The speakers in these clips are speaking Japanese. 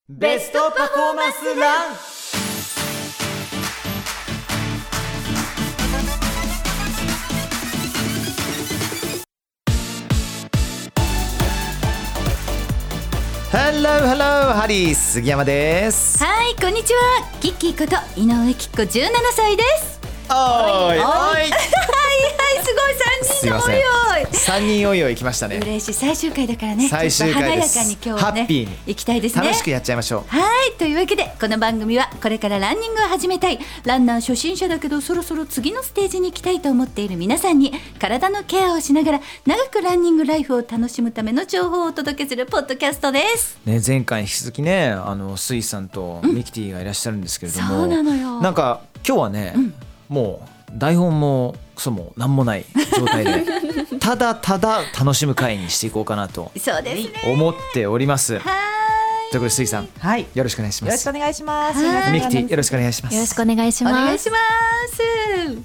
ベストパフォーマンスラン。Hello ハリー杉山です。 はい、こんにちは。キッキーこと井上きっ子17歳です。 おいはいすごい3人のおいおい 3人おいおい来ましたね。 嬉しい。最終回だからね、 最終回です。 ちょっと華やかに今日はねハッピーに行きたいですね。 楽しくやっちゃいましょう。 はい、というわけでこの番組はこれからランニングを始めたいランナー初心者だけどそろそろ次のステージに行きたいと思っている皆さんに体のケアをしながら長くランニングライフを楽しむための情報をお届けするポッドキャストです、 ね、前回に引き続きねスイさんとミキティがいらっしゃるんですけれども、 そうなのよ。 なんか今日はね、もう台本もクソもなんもない状態でただただ楽しむ会にしていこうかなとそうですね思っております。 はいということでスイさん、 はい、 よろしくお願いします。 よろしくお願いします。 ミキティよろしくお願いします。 よろしくお願いします。 お願いします。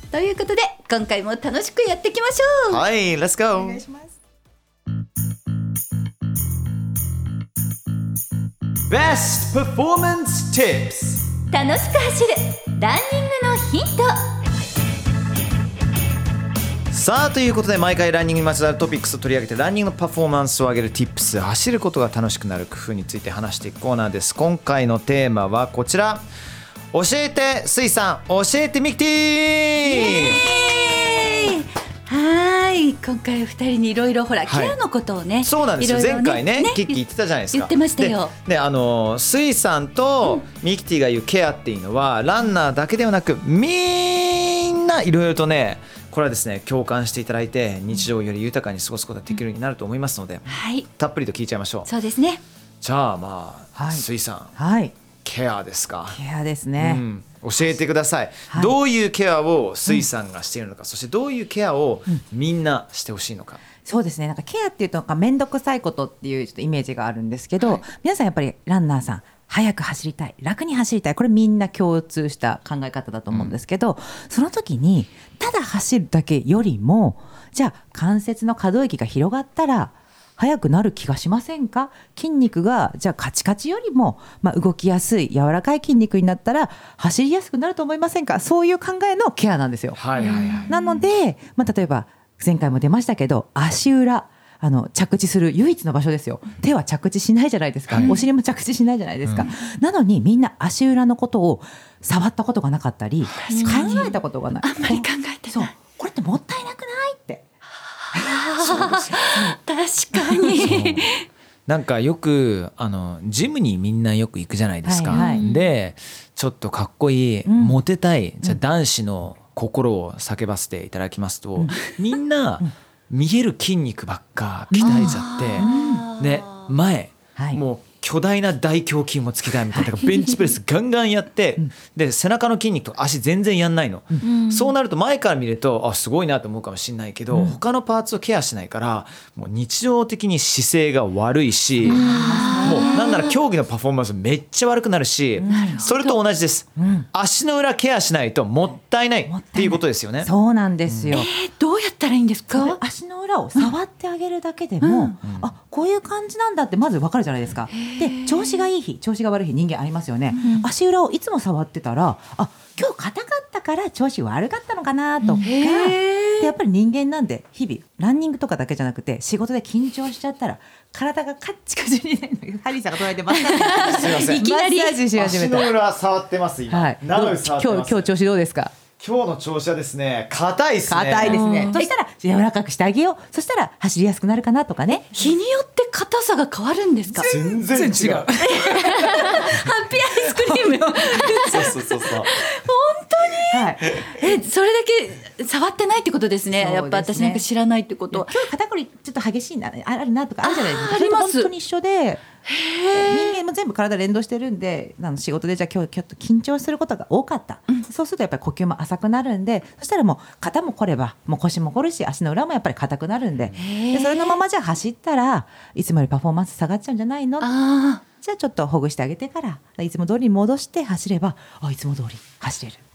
ということで今回も楽しくやっていきましょう。 はい、Let's go。 お願いします。 Best Performance Tips。 楽しく走るランニングのヒント。 さあということで毎回ランニングにまつわるトピックスを取り上げてランニングのパフォーマンスを上げる Tips、 走ることが楽しくなる工夫について話していくコーナーです。今回のテーマはこちら。教えてスイさん、教えてミキティ。 はい、今回2人にいろいろほら、ケアのことをね、 そうなんですよ。前回ねキッキー言ってたじゃないですか。 言ってましたよ。 でスイさんとミキティが言うケアっていうのは、ランナーだけではなくみんないろいろとね、これはですね共感していただいて日常をより豊かに過ごすことができるようになると思いますので、 はい、 たっぷりと聞いちゃいましょう。 そうですね。 じゃあスイさん、 はい、 ケアですか。 ケアですね、 教えてください、 はい、 どういうケアをスイさんがしているのか、そしてどういうケアをみんなしてほしいのか。 そうですね、なんかケアっていうと面倒くさいことっていうちょっとイメージがあるんですけど、皆さんやっぱりランナーさん早く走りたい、楽に走りたい、これみんな共通した考え方だと思うんですけど、その時にただ走るだけよりも、じゃあ関節の可動域が広がったら速くなる気がしませんか。筋肉がじゃあカチカチよりも、動きやすい柔らかい筋肉になったら走りやすくなると思いませんか。そういう考えのケアなんですよ、なので、例えば前回も出ましたけど足裏、着地する唯一の場所ですよ。手は着地しないじゃないですか、お尻も着地しないじゃないですか、なのにみんな足裏のことを触ったことがなかったり、考えたことがない。 あんまり考えてない。 そう、これってもったいなくないって。 そうですよ。確かになんかよくジムにみんなよく行くじゃないですか、でちょっとかっこいい、モテたい、じゃあ男子の心を叫ばせていただきますと、みんな見える筋肉ばっか鍛えちゃって、で前、もう巨大な大胸筋もつけたいみたいな、ベンチプレスガンガンやってで背中の筋肉と足全然やんないの、そうなると前から見るとすごいなと思うかもしれないけど、他のパーツをケアしないからもう日常的に姿勢が悪いし、もうなんなら競技のパフォーマンスめっちゃ悪くなるし、それと同じです、足の裏ケアしないともったいないっていうことですよね。 そうなんですよ、 どうやったらいいんですか。 足の裏を触ってあげるだけでも、こういう感じなんだってまず分かるじゃないですか。で調子がいい日、調子が悪い日、人間ありますよね、足裏をいつも触ってたら、今日硬かったから調子悪かったのかなとか、でやっぱり人間なんで日々ランニングとかだけじゃなくて仕事で緊張しちゃったら体がカッチカチになるの。ハリーさんが捉えてマッサージすいません、いきなりマッサージし始めた。 足の裏触ってます今、長く触ってます。 今日調子どうですか。 今日の調子はですね、硬いですね。 硬いですね。そしたら柔らかくしてあげよう。そしたら走りやすくなるかなとかね。 日によって硬さが変わるんですか。 全然違う。 ハッピーアイスクリームそう本当に、それだけ触ってないってことですね。やっぱ私なんか知らないってこと。 今日肩こりちょっと激しいな、あるなとかあるじゃないですか。 あります。 本当に一緒で、人間も全部体連動してるんで、仕事でじゃあ今日ちょっと緊張することが多かった、そうするとやっぱり呼吸も浅くなるんで、そしたらもう肩も凝ればもう腰も凝るし、足の裏もやっぱり硬くなるんで、それのままじゃあ走ったらいつもよりパフォーマンス下がっちゃうんじゃないの。じゃあちょっとほぐしてあげてからいつも通りに戻して走れば、いつも通り走れるっ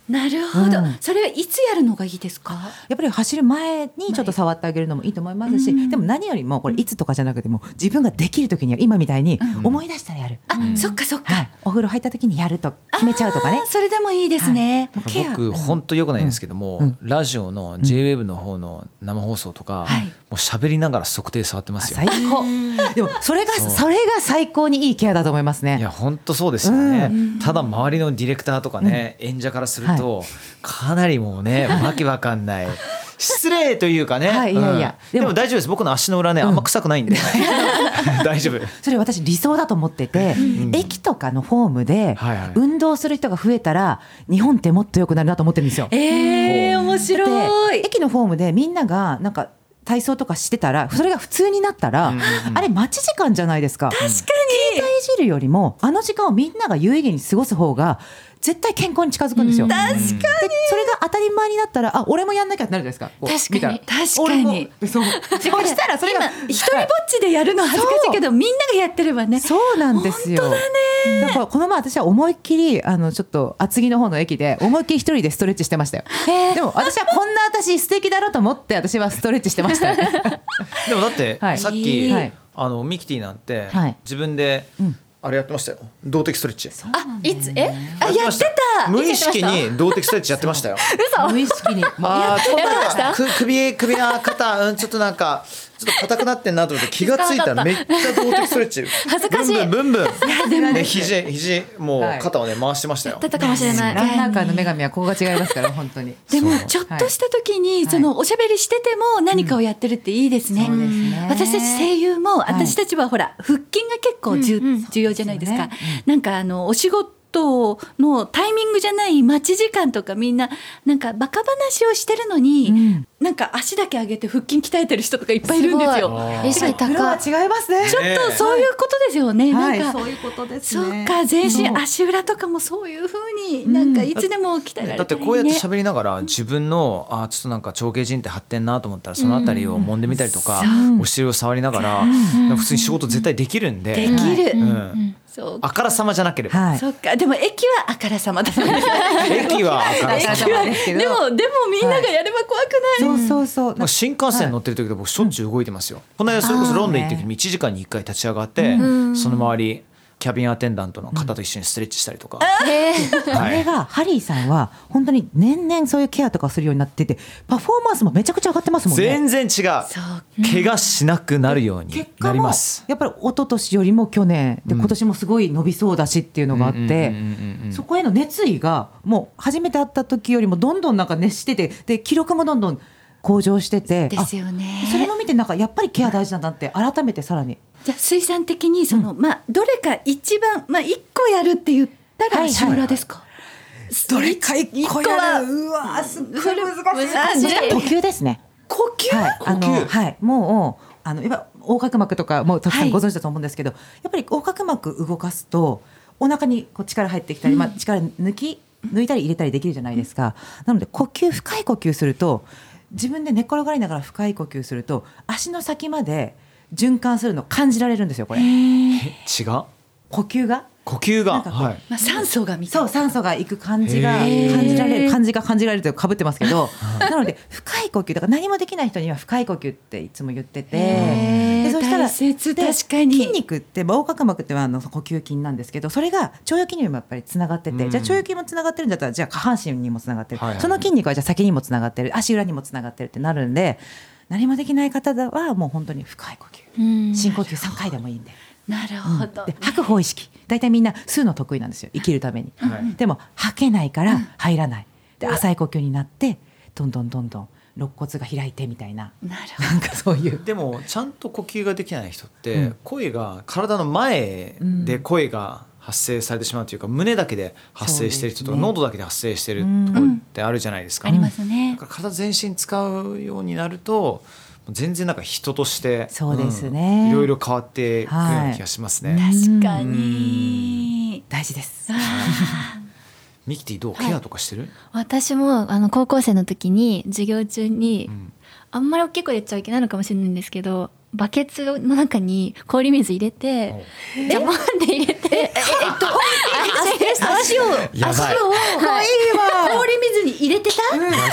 なるほど、それはいつやるのがいいですか？ やっぱり走る前にちょっと触ってあげるのもいいと思いますし、でも何よりもこれいつとかじゃなくても自分ができる時には今みたいに思い出したらやる、 そっかそっか、 お風呂入った時にやると決めちゃうとかね。 それでもいいですね。 僕本当良くないんですけども、ラジオの JWEB の方の生放送とか、もう喋りながら測定触ってますよ。 最高。でもそれが最高にいいケアだと思いますね。 いや本当そうですよね、ただ周りのディレクターとかね、演者からするとかなりもうねわけわかんない失礼というかね、 いやいや、 でも大丈夫です。僕の足の裏ね、あんま臭くないんで大丈夫。 それ私理想だと思ってて、駅とかのホームで運動する人が増えたら日本ってもっと良くなるなと思ってるんですよ。 面白い。 駅のホームでみんながなんか体操とかしてたら、それが普通になったら、あれ待ち時間じゃないですか。 確かに携帯いじるよりもあの時間をみんなが有意義に過ごす方が絶対健康に近づくんですよ。 確かに。 でそれが当たり前になったら、あ、俺もやんなきゃってなるじゃないですか。 確かに確かに。 そうしたらそれが今一人ぼっちでやるの恥ずかしいけど、みんながやってればね。 そうなんですよ。 本当だね。 だからこの前私は思いっきりちょっと厚木の方の駅で思いっきり一人でストレッチしてましたよ。でも私はこんな私素敵だろうと思って私はストレッチしてましたよ。 でもだってさっきはいミキティなんてはい自分であれやってましたよ、動的ストレッチ。 いつやってた。 無意識に動的ストレッチやってましたよ。 無意識にあちょっとなんか首や肩、ちょっとなんかちょっと硬くなってんなと思って気がついたらめっちゃ動的ストレッチ恥ずかしい。 ブンブンでもね、肘もう肩をね回してましたよ。 だったかもしれない。 ランナー界の女神はここが違いますから本当に。 でもちょっとした時にそのおしゃべりしてても何かをやってるっていいですね。 そうですね。 私たち声優も私たちはほら腹筋が結構重要じゃないですか。なんかお仕事のタイミングじゃない待ち時間とか、みんななんかバカ話をしてるのに、なんか足だけ上げて腹筋鍛えてる人とかいっぱいいるんですよ。 意識高い。違いますね。 ちょっとそういうことですよね。なんかそういうことですね。 そっか、全身足裏とかもそういう風になんかいつでも鍛えられたらいいね。 だってこうやって喋りながら自分のちょっとなんか長径靭って張ってんなと思ったらそのあたりを揉んでみたりとか、お尻を触りながら普通に仕事絶対できるんで。 できる。 そうあからさまじゃなければ。 そっか。でも駅はあからさまだ。 駅はあからさまですけど。でもみんながやれば怖くない。 そう新幹線乗ってる時で僕しょっちゅう動いてますよ。この間それこそロンドン行ってる時1時間に1回立ち上がってその周りキャビンアテンダントの方と一緒にストレッチしたりとか。 これがハリーさんは本当に年々そういうケアとかするようになってて、パフォーマンスもめちゃくちゃ上がってますもんね。 全然違う。怪我しなくなるようになります。 やっぱり一昨年よりも去年で今年もすごい伸びそうだしっていうのがあって、そこへの熱意がもう初めて会った時よりもどんどんなんか熱してて、で記録もどんどん向上してて、 ですよね。 それも見てなんかやっぱりケア大事なんだって改めてさらに。 じゃあ水産的にどれか一番1個やるって言ったら足裏ですか？ どれか1個やる。うわすっごい難しい。呼吸ですね。 呼吸。 はいもうやっぱ横隔膜とかもたくさんご存知だと思うんですけど、やっぱり横隔膜動かすとお腹にこう力入ってきたり、力抜いたり入れたりできるじゃないですか。なので深い呼吸すると、自分で寝っ転がりながら深い呼吸すると足の先まで循環するの感じられるんですよ。これ違う呼吸が酸素がそう酸素がいく感じが感じられる、感じが感じられるとかぶってますけどなので深い呼吸だから、何もできない人には深い呼吸っていつも言ってて、でそしたら確かに筋肉って横隔膜っては呼吸筋なんですけど、それが腸腰筋にもやっぱりつながってて、じゃあ腸腰筋もつながってるんだったらじゃあ下半身にもつながってる、その筋肉はじゃあ先にもつながってる、足裏にもつながってるってなるんで、何もできない方はもう本当に深い呼吸、深呼吸3回でもいいんで。 なるほど。 で吐く方意識、大体みんな吸うの得意なんですよ、生きるために。でも吐けないから入らない。で浅い呼吸になってどんどん肋骨が開いてみたいな。なんかそういう。 でもちゃんと呼吸ができない人って声が体の前で声が発生されてしまうというか、胸だけで発生している人とか喉だけで発生しているところってあるじゃないですか。 ありますね。 だから体全身使うようになると全然なんか人としてそうですね、 いろいろ変わっていくような気がしますね。 確かに大事です。 ミキティどうケアとかしてる？ 私も高校生の時に授業中に、あんまり大きい声で言っちゃいけないのかもしれないんですけど、バケツの中に氷水入れてジャボンで入れて足をやばい氷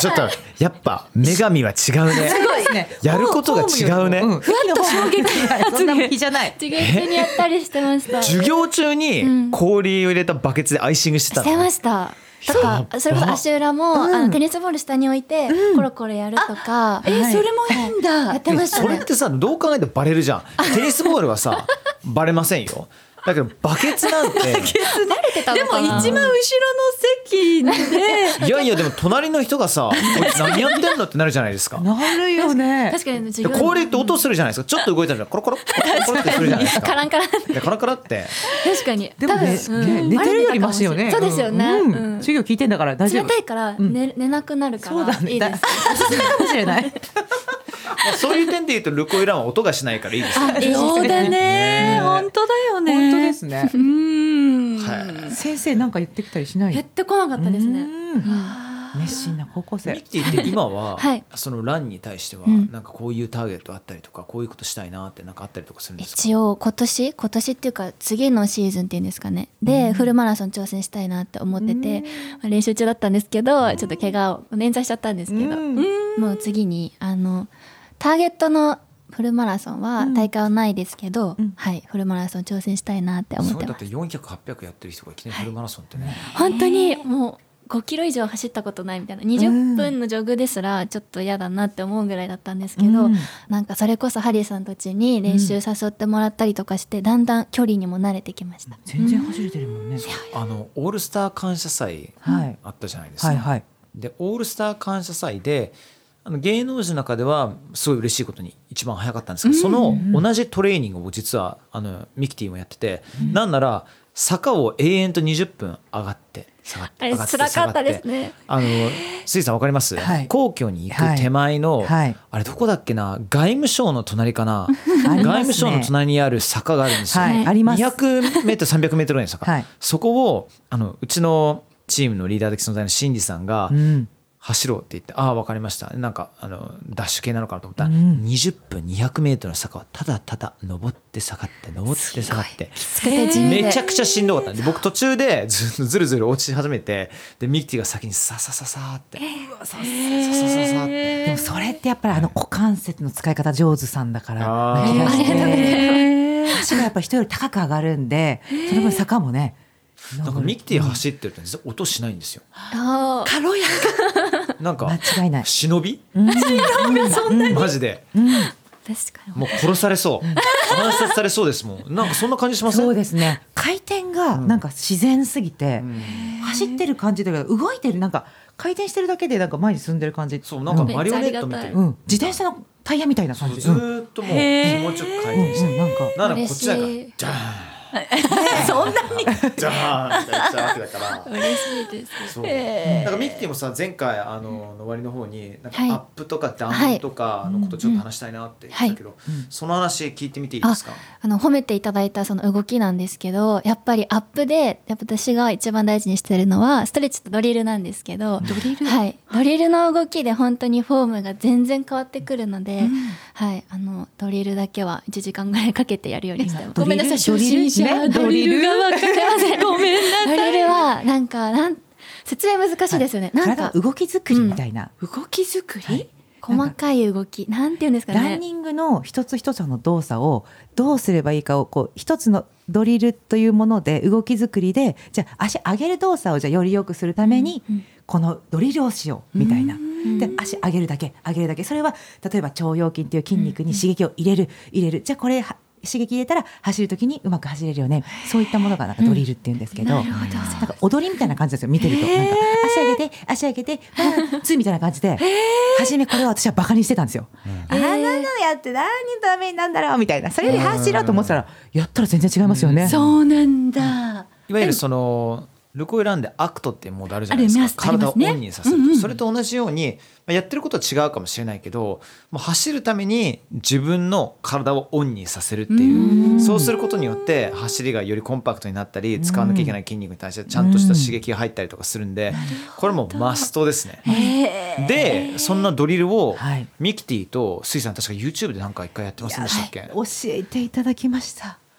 ちょっとやっぱ女神は違うね。 すごいですね。 やることが違うね。 ふわっと衝撃がそんな日じゃない。 授業中にやったりしてました。 授業中に氷を入れたバケツでアイシングしてたの。 してました。とかそれこそ足裏も、テニスボール下に置いて、コロコロやるとか、 それもいいんだ、 やってましたね。 それってさどう考えてもバレるじゃん。テニスボールはさバレませんよ。だけどバケツなんてバレてたのでもかな。 一番後ろの席でいやいやでも隣の人がさこいつ何やってんのってなるじゃないですか。 なるよね。 確かに授業氷って音するじゃないですか。ちょっと動いたらコロコロコロコロってするじゃないですか。 カランカランでカラカラって確かに。 でもね、寝てるよりマシよね。 そうですよね。 授業聞いてんだから大丈夫。 冷たいから寝なくなるからいいです。 おすすめかもしれない。 そういう点で言うとルコイランは音がしないからいいですよね。 そうだね、本当だよね。 本当ですね。 はい。 先生なんか言ってきたりしない。 やってこなかったですね。 熱心な高校生。 ミキティって今は、 はいそのランに対してはなんかこういうターゲットあったりとかこういうことしたいなってなんかあったりとかするんですか。 一応今年っていうか次のシーズンっていうんですかねで、フルマラソン挑戦したいなって思ってて、練習中だったんですけどちょっと怪我を捻挫しちゃったんですけど、もう次にターゲットのフルマラソンは大会はないですけど、はいフルマラソン挑戦したいなって思ってます。 だって400、800やってる人がいきなりフルマラソンってね、 本当にもう5キロ以上走ったことないみたいな20分のジョグですらちょっと嫌だなって思うぐらいだったんですけど、なんかそれこそハリーさんたちに練習誘ってもらったりとかしてだんだん距離にも慣れてきました。 全然走れてるもんね。 オールスター感謝祭あったじゃないですか。 はいはい。 でオールスター感謝祭で芸能人の中ではすごい嬉しいことに一番早かったんですけど、その同じトレーニングを実はミキティもやってて、なんなら坂を永遠と20分上がって下がって上がって辛かったですね。 杉さんわかります、 はい、 皇居に行く手前の、はい、あれどこだっけな、外務省の隣かな外務省の隣にある坂があるんですよ、 はい、あります。 200メートル300メートルぐらいの坂、はい、そこをうちのチームのリーダー的存在の新次さんが、走ろうって言って、ああ分かりました、なんかダッシュ系なのかなと思ったら、20分200メートルの坂をただただ登って下がって登って下がってめちゃくちゃしんどかったんで、僕途中でずるずる落ち始めて、でミキティが先にササササーってサササササってでもそれってやっぱり股関節の使い方上手さんだからな気がして、足がやっぱり人より高く上がるんで、その分坂もね、 なんかミキティ走ってると実は音しないんですよ。 軽やかなんか間違いない忍び、 そんなにマジで、 確かにもう殺されそう暗殺されそうですもん。なんかそんな感じしません？ そうですね、回転がなんか自然すぎて、走ってる感じだけど動いてる、なんか回転してるだけでなんか前に進んでる感じ。 そう、なんかマリオネットみたいな、 自転車のタイヤみたいな感じ、 ずーっともう気持ちよく回転して、なんかこっちだからジャーンそんなにじゃあみたいなわけだから嬉しいです。 そう、なんかミキティもさ前回の終わりの方になんかアップとかダウンとかのことちょっと話したいなって言ってたけど、その話聞いてみていいですか？ 褒めていただいたその動きなんですけど、やっぱりアップで私が一番大事にしてるのはストレッチとドリルなんですけど、ドリルの動きで本当にフォームが全然変わってくるので、ドリルだけは1時間ぐらいかけてやるようにしてます。ごめんなさい、初心者ドリルが分かりません。ごめんなさい。ドリルはなんか説明難しいですよね。なんか動き作りみたいな、 動き作り、 細かい動き、なんていうんですかね。 ランニングの一つ一つの動作をどうすればいいかをこう一つのドリルというもので動き作りで、じゃあ足上げる動作をじゃあより良くするためにこのドリルをしようみたいな。で足上げるだけ、それは例えば腸腰筋という筋肉に刺激を入れる、じゃあこれ刺激入れたら走るときにうまく走れるよね、そういったものがなんかドリルっていうんですけど、なんか踊りみたいな感じですよ、見てると。なんか足上げてワンツーみたいな感じで、初めこれは私はバカにしてたんですよ。あんなのやって何のためになんだろうみたいな、それより走ろうと思ってたら、やったら全然違いますよね。 そうなんだ。 いわゆるそのルコイランでアクトっていうモードあるじゃないですか。体をオンにさせる、それと同じようにやってることは違うかもしれないけど、もう走るために自分の体をオンにさせるっていう、そうすることによって走りがよりコンパクトになったり、使わなきゃいけない筋肉に対してちゃんとした刺激が入ったりとかするんで、これもマストですね。でそんなドリルをミキティとスイさん確か YouTube でなんか一回やってませんでしたっけ？ 教えていただきました。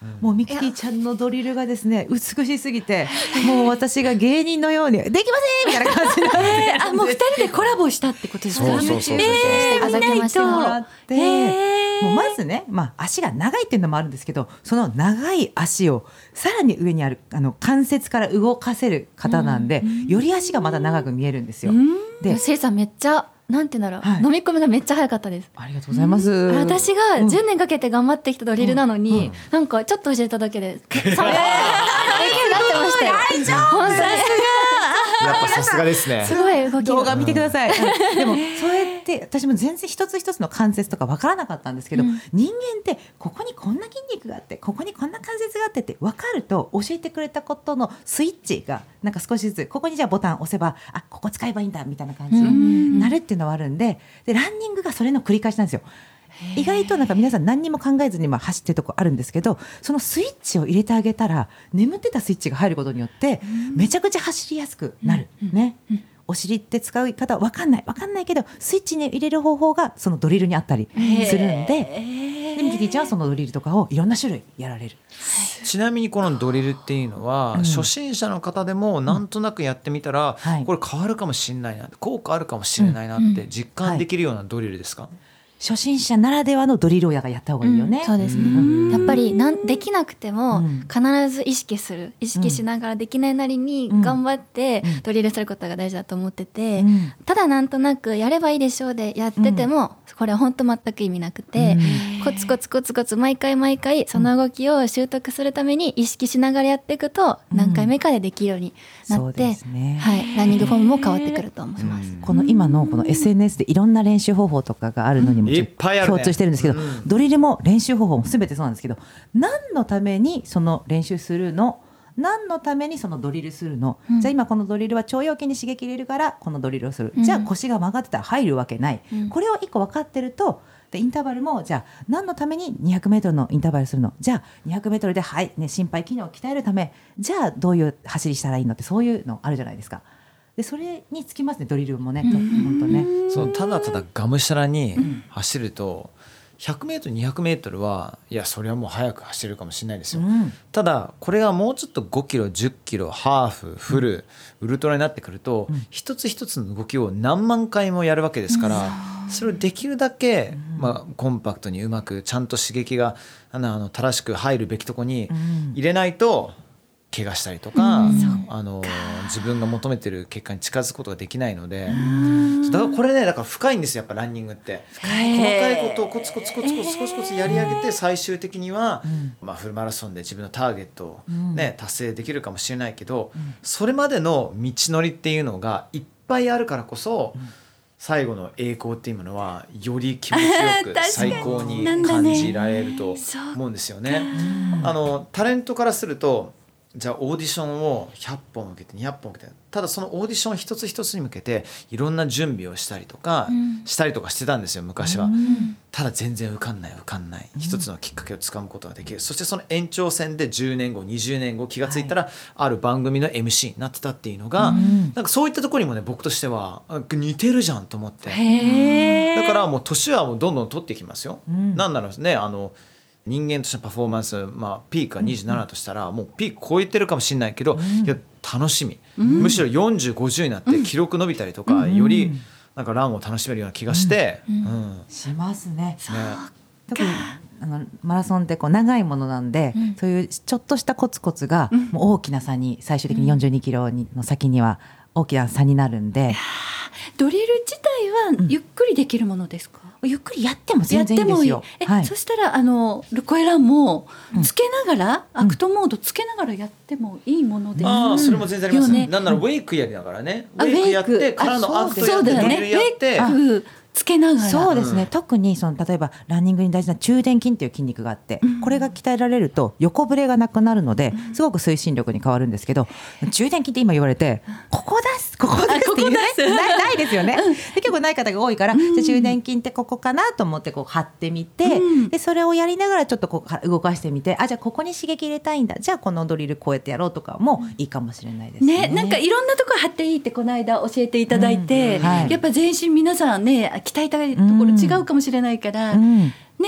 もうミキティちゃんのドリルがですね美しすぎてもう私が芸人のようにできませんみたいな感じになってもう2人でコラボしたってことですか？ そうそうそうそういただきました。 もらってもうまずね、足が長いっていうのもあるんですけどその長い足をさらに上にある関節から動かせる方なんで、より足がまだ長く見えるんですよ。 でせいさんめっちゃなんて言うんだろう、飲み込みがめっちゃ早かったです。 ありがとうございます。 私が10年かけて頑張ってきたドリルなのに、なんかちょっと教えただけでできるなってましたよ。本当にやっぱさすがですね。 すごい動き動画見てください。でもそうやって私も全然一つ一つの関節とか分からなかったんですけど、人間ってここにこんな筋肉があってここにこんな関節があってって分かると教えてくれたことのスイッチがなんか少しずつここにじゃあボタン押せばここ使えばいいんだみたいな感じになるっていうのはあるんで、ランニングがそれの繰り返しなんですよ。意外となんか皆さん何にも考えずに走ってるとこあるんですけど、そのスイッチを入れてあげたら眠ってたスイッチが入ることによってめちゃくちゃ走りやすくなる、ね。お尻って使う方分かんないけどスイッチに入れる方法がそのドリルにあったりするんで、ミキティちゃんはそのドリルとかをいろんな種類やられる。 ちなみにこのドリルっていうのは、初心者の方でもなんとなくやってみたら、これ変わるかもしれないな、効果あるかもしれないなって実感できるようなドリルですか？ 初心者ならではのドリルをやった方がいいよね。 そうですね。やっぱりできなくても必ず意識しながらできないなりに頑張ってドリルすることが大事だと思ってて、ただなんとなくやればいいでしょうでやっててもこれは本当全く意味なくて、コツコツコツコツ毎回その動きを習得するために意識しながらやっていくと何回目かでできるよううになって、ランニングフォームも変わってくると思います。 この今のこの SNS でいろんな練習方法とかがあるのにも共通してるんですけど、ドリルも練習方法も全てそうなんですけど、何のためにその練習するの、何のためにそのドリルするの、じゃあ今このドリルは腸腰筋に刺激入れるからこのドリルをする、じゃあ腰が曲がってたら入るわけない、これを1個分かってると、でインターバルもじゃあ何のために 200m のインターバルするの、じゃあ 200m で心肺機能を鍛えるため、じゃあどういう走りしたらいいのって、そういうのあるじゃないですか。でそれにつきますね、ドリルもね、本当ね。 そうただただがむしゃらに走ると、100m、200m はいやそれはもう速く走るかもしれないですよ、ただこれがもうちょっと5キロ10キロハーフフル、ウルトラになってくると、一つ一つの動きを何万回もやるわけですから、それをできるだけ、コンパクトにうまくちゃんと刺激が正しく入るべきとこに入れないと怪我したりとか、自分が求めてる結果に近づくことができないので、だからこれね、だから深いんですよ、やっぱランニングって。細かいことをコツコツコツコツコツコツやり上げて、最終的には、フルマラソンで自分のターゲットを、達成できるかもしれないけど、それまでの道のりっていうのがいっぱいあるからこそ、最後の栄光っていうものはより気持ちよく最高に感じられると思うんですよね。タレントからすると、じゃあオーディションを100本受けて200本受けて、ただそのオーディション一つ一つに向けていろんな準備をしたりとかしてたんですよ、昔は。ただ全然受かんない一つのきっかけをつかむことができる。そしてその延長線で10年後20年後気がついたらある番組の MC になってたっていうのが、なんかそういったところにもね、僕としては似てるじゃんと思って。だからもう年はもうどんどん取っていきますよ。なんならね、人間としてのパフォーマンス、ピークが27としたら、もうピーク超えてるかもしれないけど、いや楽しみ、むしろ40、50になって記録伸びたりとか、よりなんかランを楽しめるような気がして、 しますね。特にマラソンって長いものなんで、そういうちょっとしたコツコツがもう大きな差に、最終的に42キロの先には大きな差になるんで。 ドリル自体はゆっくりできるものですか？ ゆっくりやっても全然いいですよ。 そしたらルコエランもつけながら、アクトモードつけながらやってもいいものですか？ それも全然ありますね。なんならウェイクやりながらね、ウェイクやってからのアクトやってドリルやって、 つけながら。 そうですね、特に例えばランニングに大事な中殿筋っていう筋肉があって、これが鍛えられると横ブレがなくなるので、すごく推進力に変わるんですけど、中殿筋って今言われてここ出すっていうね、ないですよね。で結構ない方が多いから、じゃあ中殿筋ってここかなと思って張ってみて、でそれをやりながらちょっと動かしてみて、じゃあここに刺激入れたいんだ、じゃあこのドリルこうやってやろうとかもいいかもしれないですね。 なんかいろんなとこ張っていいってこの間教えていただいて、やっぱ全身皆さんね、鍛えたいところ違うかもしれないから、ね、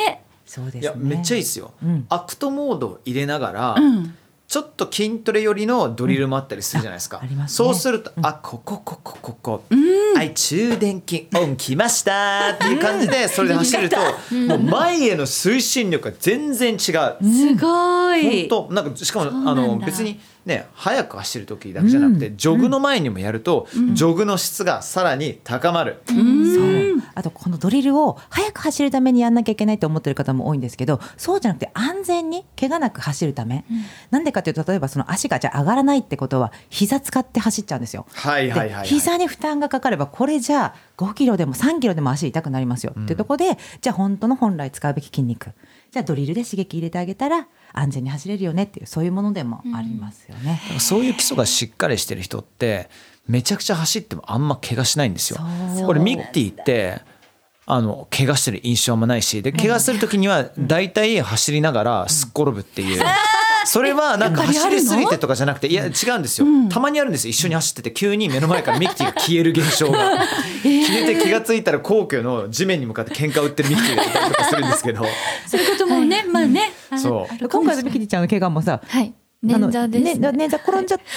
そうですね。 いやめっちゃいいですよ、アクトモードを入れながら、ちょっと筋トレ寄りのドリルもあったりするじゃないですか、 ありますね。 そうすると、ここ、はい、中電筋オン来ましたっていう感じでそれで走るともう前への推進力が全然違う、 すごい。 本当なんかしかも別にね速く走る時だけじゃなくて、ジョグの前にもやると、ジョグの質がさらに高まる、 そうあとこのドリルを速く走るためにやんなきゃいけないと思ってる方も多いんですけど、そうじゃなくて安全に怪我なく走るため、なんでかというと、例えばその足がじゃあ上がらないってことは膝使って走っちゃうんですよ。で膝に負担がかかれば、これじゃあ5キロでも3キロでも足痛くなりますよっていうところで、じゃあ本来使うべき筋肉、じゃあドリルで刺激入れてあげたら安全に走れるよねっていう、そういうものでもありますよね。 そういう基礎がしっかりしてる人ってめちゃくちゃ走ってもあんま怪我しないんですよ。これミッティって怪我してる印象あんまないし、で怪我する時にはだいたい走りながらすっ転ぶっていう、それはなんか走りすぎてとかじゃなくて、いや違うんですよ、たまにあるんですよ。一緒に走ってて急に目の前からミッティが消える現象が消えて、気がついたら皇居の地面に向かって喧嘩売ってるミッティがいたりとかするんですけどそういうこともね、まあね、 そう今回のミキティちゃんの怪我もさ、 捻挫です、 捻挫転んじゃった、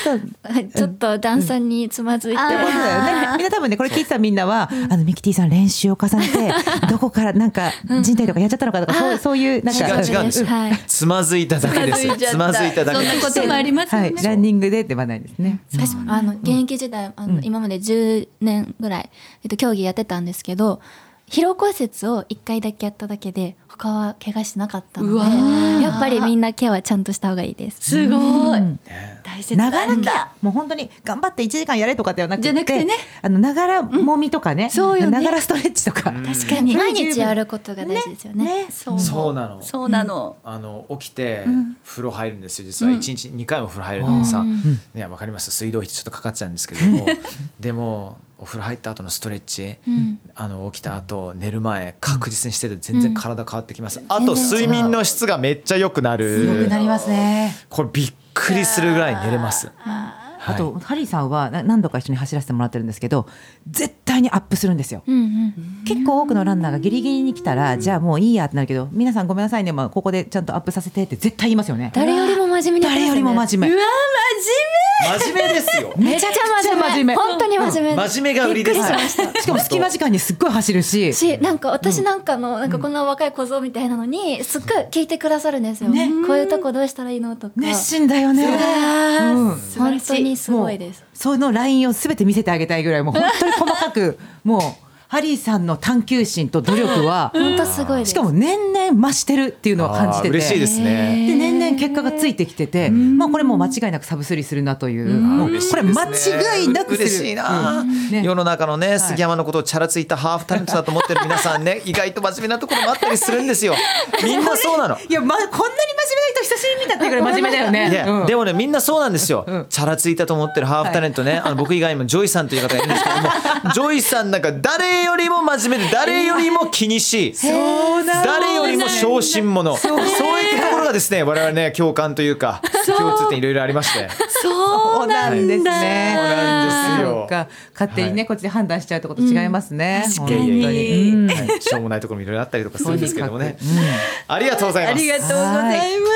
ちょっと段差につまずいて、 ってことだよね。みんな多分ねこれ聞いてたみんなは、ミキティさん練習を重ねてどこからなんか人体とかやっちゃったのかとか、そういうなんか違うんですよ、つまずいただけです。つまずいただけです。 そんなこともありますよね。 ランニングでではないですね。 現役時代今まで10年ぐらい、競技やってたんですけど、疲労骨折を1回だけやっただけで他は怪我してなかったので、やっぱりみんなケアはちゃんとした方がいいです。 すごい、大切なんだ。 もう本当に頑張って1時間やれとかではなくて、 じゃなくてね、 ながらもみとかね、 そうよね、 ながらストレッチとか、 確かに毎日やることが大事ですよね。 そうなの、 そうなの。 起きて風呂入るんですよ。実は1日2回も風呂入るのにさ、いやわかります、水道費ちょっとかかっちゃうんですけどもでもお風呂入った後のストレッチ、起きた後寝る前確実にしてると全然体変わってきます。あと睡眠の質がめっちゃ良くなる。 良くなりますね。 これびっくりするぐらい寝れます。 あとハリーさんは何度か一緒に走らせてもらってるんですけど、絶対にアップするんですよ、結構多くのランナーがギリギリに来たら、じゃあもういいやってなるけど、皆さんごめんなさいね、ここでちゃんとアップさせてって絶対言いますよね。 誰よりも真面目に、 誰よりも真面目。 うわ真面目ですよ。 めちゃくちゃ真面目。本当に真面目。 真面目が売りです。 しかも隙間時間にすっごい走るし、 なんか私なんかこんな若い小僧みたいなのにすっごい聞いてくださるんですよ。こういうとこどうしたらいいのとか。 熱心だよね。 本当にすごいです。 そのラインをすべて見せてあげたいぐらい、もう本当に細かくもう。ハリーさんの探求心と努力は本当すごいです。 しかも年々増してるっていうのを感じてて、 嬉しいですね。 で年々結果がついてきてて、これもう間違いなくサブスリーするなという、もうこれ間違いなくする。 嬉しいな、世の中のね杉山のことをチャラついたハーフタレントだと思ってる皆さんね、意外と真面目なところもあったりするんですよ。みんなそうなの。 いや、こんなに真面目な人久しぶりに見たってぐらい真面目だよね。 いや、でもねみんなそうなんですよ、チャラついたと思ってるハーフタレントね、僕以外にもジョイさんという方がいるんですけどもジョイさんなんか誰よりも真面目で誰よりも気にしい、誰よりも小心者、そういうところがですね我々ね共感というか共通点いろいろありまして。 そうなんですね。 そうなんですよ。 勝手にねこっちで判断しちゃうとこと違いますね。 確かに、 しょうもないところもいろいろあったりとかするんですけどもね。ありがとうございます。 ありがとうございます。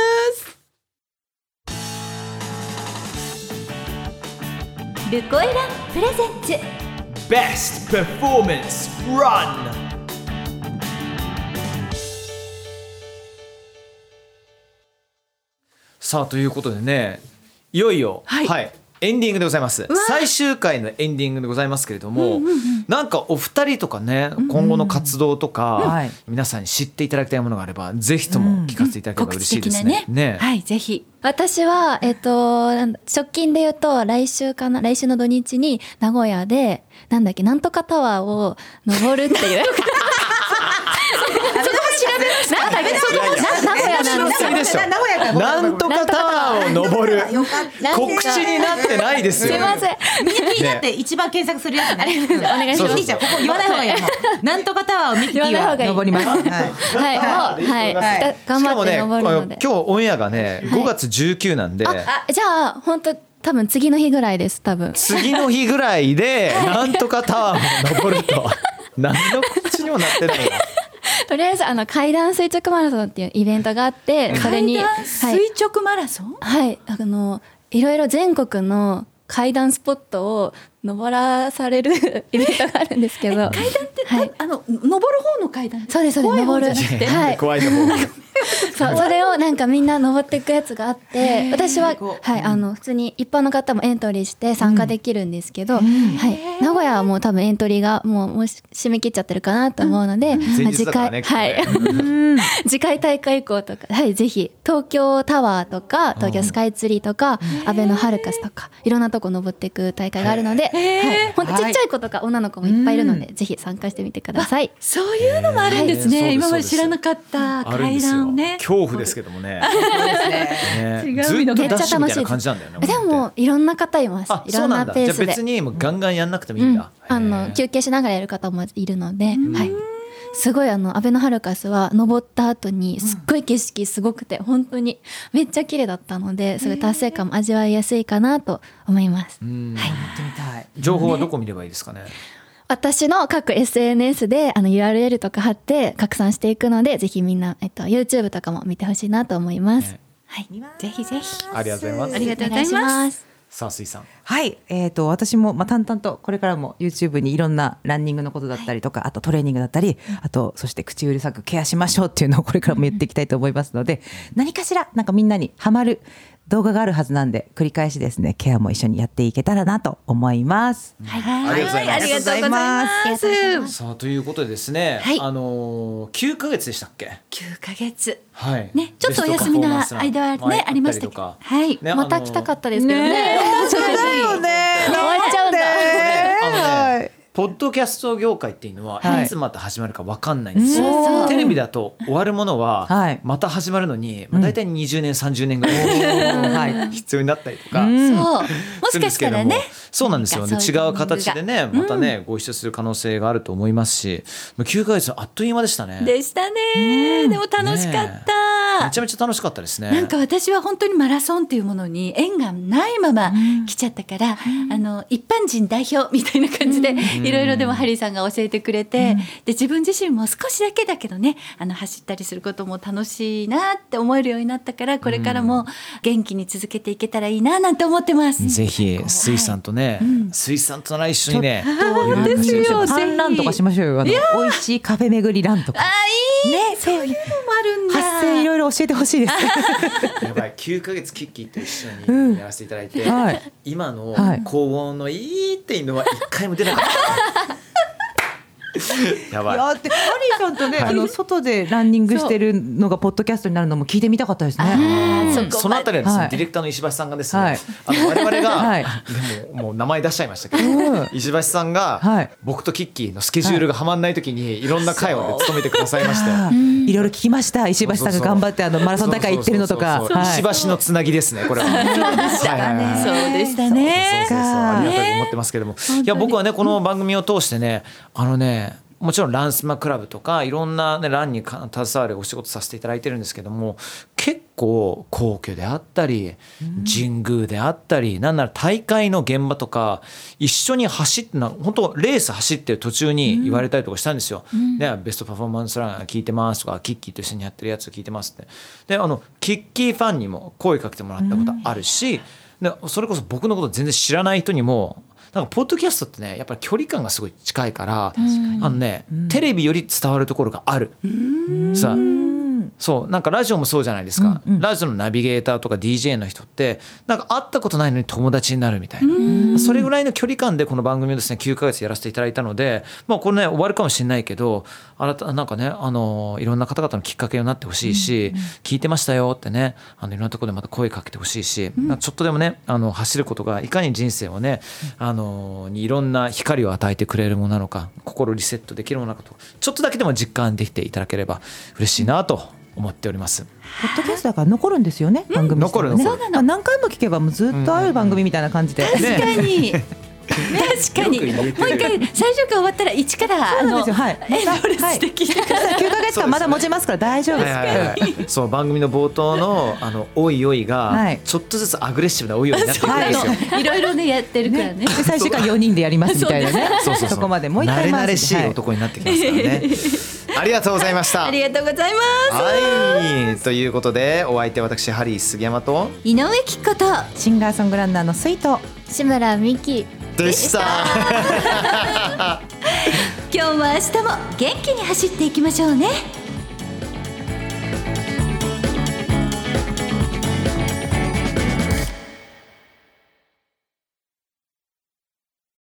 ルコエランプレゼンツ Best Performance Run。 さあということでね、いよいよ、エンディングでございます。最終回のエンディングでございますけれども、なんかお二人とかね、今後の活動とか、皆さんに知っていただきたいものがあればぜひとも聞かせていただければ嬉しいですね。 はい、ぜひ。 私は直近で言うと来週の土日に名古屋でなんとかタワーを登るっていうなんだっけ、名古屋なんですよ。 なんとかタワーを登る告知になってないですよ。 すいません。 ミキティだって一番検索するやつね。 お願いします。 ミキティちゃんここ言わない方がいいよ。なんとかタワーをミキティは登ります。 はい、頑張って登るので。 今日オンエアがね5月19なんで、 じゃあ本当多分次の日ぐらいです。多分次の日ぐらいでなんとかタワーを登ると何の告知にもなってない。 とりあえず階段垂直マラソンっていうイベントがあって、それに階段垂直マラソン、 はい、いろいろ全国の階段スポットを登らされるイベントがあるんですけど、 階段って登る方の階段、 そうですそうです、登る、はい、 怖いの方そう、それをなんかみんな登っていくやつがあって、私は、はい、普通に一般の方もエントリーして参加できるんですけど、はい、名古屋はもう多分エントリーがもう締め切っちゃってるかなと思うので、次回、はい、次回大会以降とか、はい、ぜひ東京タワーとか東京スカイツリーとかアベノハルカスとかいろんなとこ登っていく大会があるので、はい、ほんとちっちゃい子とか女の子もいっぱいいるので、ぜひ参加してみてください。 そういうのもあるんですね、今まで知らなかった階段ね。 恐怖ですけどもね。 ずっとダッシュみたいな感じなんだよね。 でもいろんな方います。いろんなペースで。 じゃあ別にもうガンガンやんなくてもいいんだ。 休憩しながらやる方もいるので、はい。すごいアベノハルカスは登った後にすっごい景色すごくて、本当にめっちゃ綺麗だったので、すごい達成感も味わいやすいかなと思います。はい。 行ってみたい。 情報はどこ見ればいいですかね。 私の各 SNS でURL とか貼って拡散していくので、ぜひみんな、YouTube とかも見てほしいなと思います。はい、 ぜひぜひ。 ありがとうございます。 ありがとうございます。 さあ水さん。 はい、私も淡々とこれからも YouTube にいろんなランニングのことだったりとか、あとトレーニングだったり、あとそして口うるさくケアしましょうっていうのをこれからも言っていきたいと思いますので、何かしらなんかみんなにハマる動画があるはずなんで、繰り返しですね、ケアも一緒にやっていけたらなと思います。 はい、ありがとうございます。 さあということでですね、 はい、 9ヶ月でしたっけ ？9ヶ月。 はい。 ね、ちょっとお休みな間はねありましたけど、はい。 また来たかったですけどね。 そうだよね。 終わっちゃうんだ。 ポッドキャスト業界っていうのはいつまた始まるか分かんないんですよ。テレビだと終わるものはまた始まるのに、だいたい20年30年ぐらい必要になったりとか、 そうもしかしたらね、 そうなんですよね。違う形でねまたねご一緒する可能性があると思いますし、9ヶ月あっという間でしたね。 でしたね。でも楽しかった。 めちゃめちゃ楽しかったですね。 なんか私は本当にマラソンっていうものに縁がないまま来ちゃったから、一般人代表みたいな感じでいろいろでもハリーさんが教えてくれて、で自分自身も少しだけだけどね走ったりすることも楽しいなって思えるようになったから、これからも元気に続けていけたらいいななんて思ってます。 ぜひ水さんとね、水さんとなら一緒にね、 そうですよ。 ぜひランとかしましょうよ。美味しいカフェ巡りランとか。 いいね、そういうのもあるんだ。 発声いろいろ教えてほしいです。 やばい、9ヶ月キッキーと一緒にやらせていただいて、今の高音のいいっていうのは一回も出なかった。やばい。 だってハリーさんとね、外でランニングしてるのがポッドキャストになるのも聞いてみたかったですね。 そのあたりはですね、ディレクターの石橋さんがですね、我々がでももう名前出しちゃいましたけど、石橋さんが僕とキッキーのスケジュールがはまんない時にいろんな会話で務めてくださいまして、 いろいろ聞きました。石橋さんが頑張ってマラソン大会行ってるのとか、 石橋のつなぎですねこれは。 そうでしたね。 ありがたいと思ってますけども、いや僕はねこの番組を通してねもちろんランスマクラブとかいろんな、ランに携わるお仕事させていただいてるんですけども、結構皇居であったり神宮であったり、なんなら大会の現場とか一緒に走って本当レース走ってる途中に言われたりとかしたんですよ。ベストパフォーマンスラン聞いてますとか、キッキーと一緒にやってるやつ聞いてますって。でキッキーファンにも声かけてもらったことあるし、でそれこそ僕のこと全然知らない人にもなんかポッドキャストってねやっぱり距離感がすごい近いから、テレビより伝わるところがある。さあそうなんかラジオもそうじゃないですか、ラジオのナビゲーターとか DJ の人ってなんか会ったことないのに友達になるみたいな、それぐらいの距離感でこの番組をですね9ヶ月やらせていただいたので、これね終わるかもしれないけどなんかねいろんな方々のきっかけになってほしいし、聞いてましたよってねいろんなところでまた声かけてほしいし、ちょっとでもね走ることがいかに人生をねにいろんな光を与えてくれるものなのか、心リセットできるものなのかとちょっとだけでも実感できていただければ嬉しいなと思っております。 ポッドキャストだから残るんですよね、番組残る何回も聞けばもうずっとある番組みたいな感じで、 確かに確かにもう一回最初から終わったら一からエンドレスで聞いてください。 9ヶ月間まだ持ちますから大丈夫です。そう番組の冒頭のおいおいがちょっとずつアグレッシブなおいおいになってくるんですよ。 いろいろねやってるからね。 最終回4人でやりますみたいなね。そこまでもう一回慣れ慣れしい男になってきますからね。 ありがとうございました。 ありがとうございます。 はい、ということでお相手私ハリー杉山と井上貴子とシンガーソングランナーの水と志村美希でした。 今日も明日も元気に走っていきましょうね。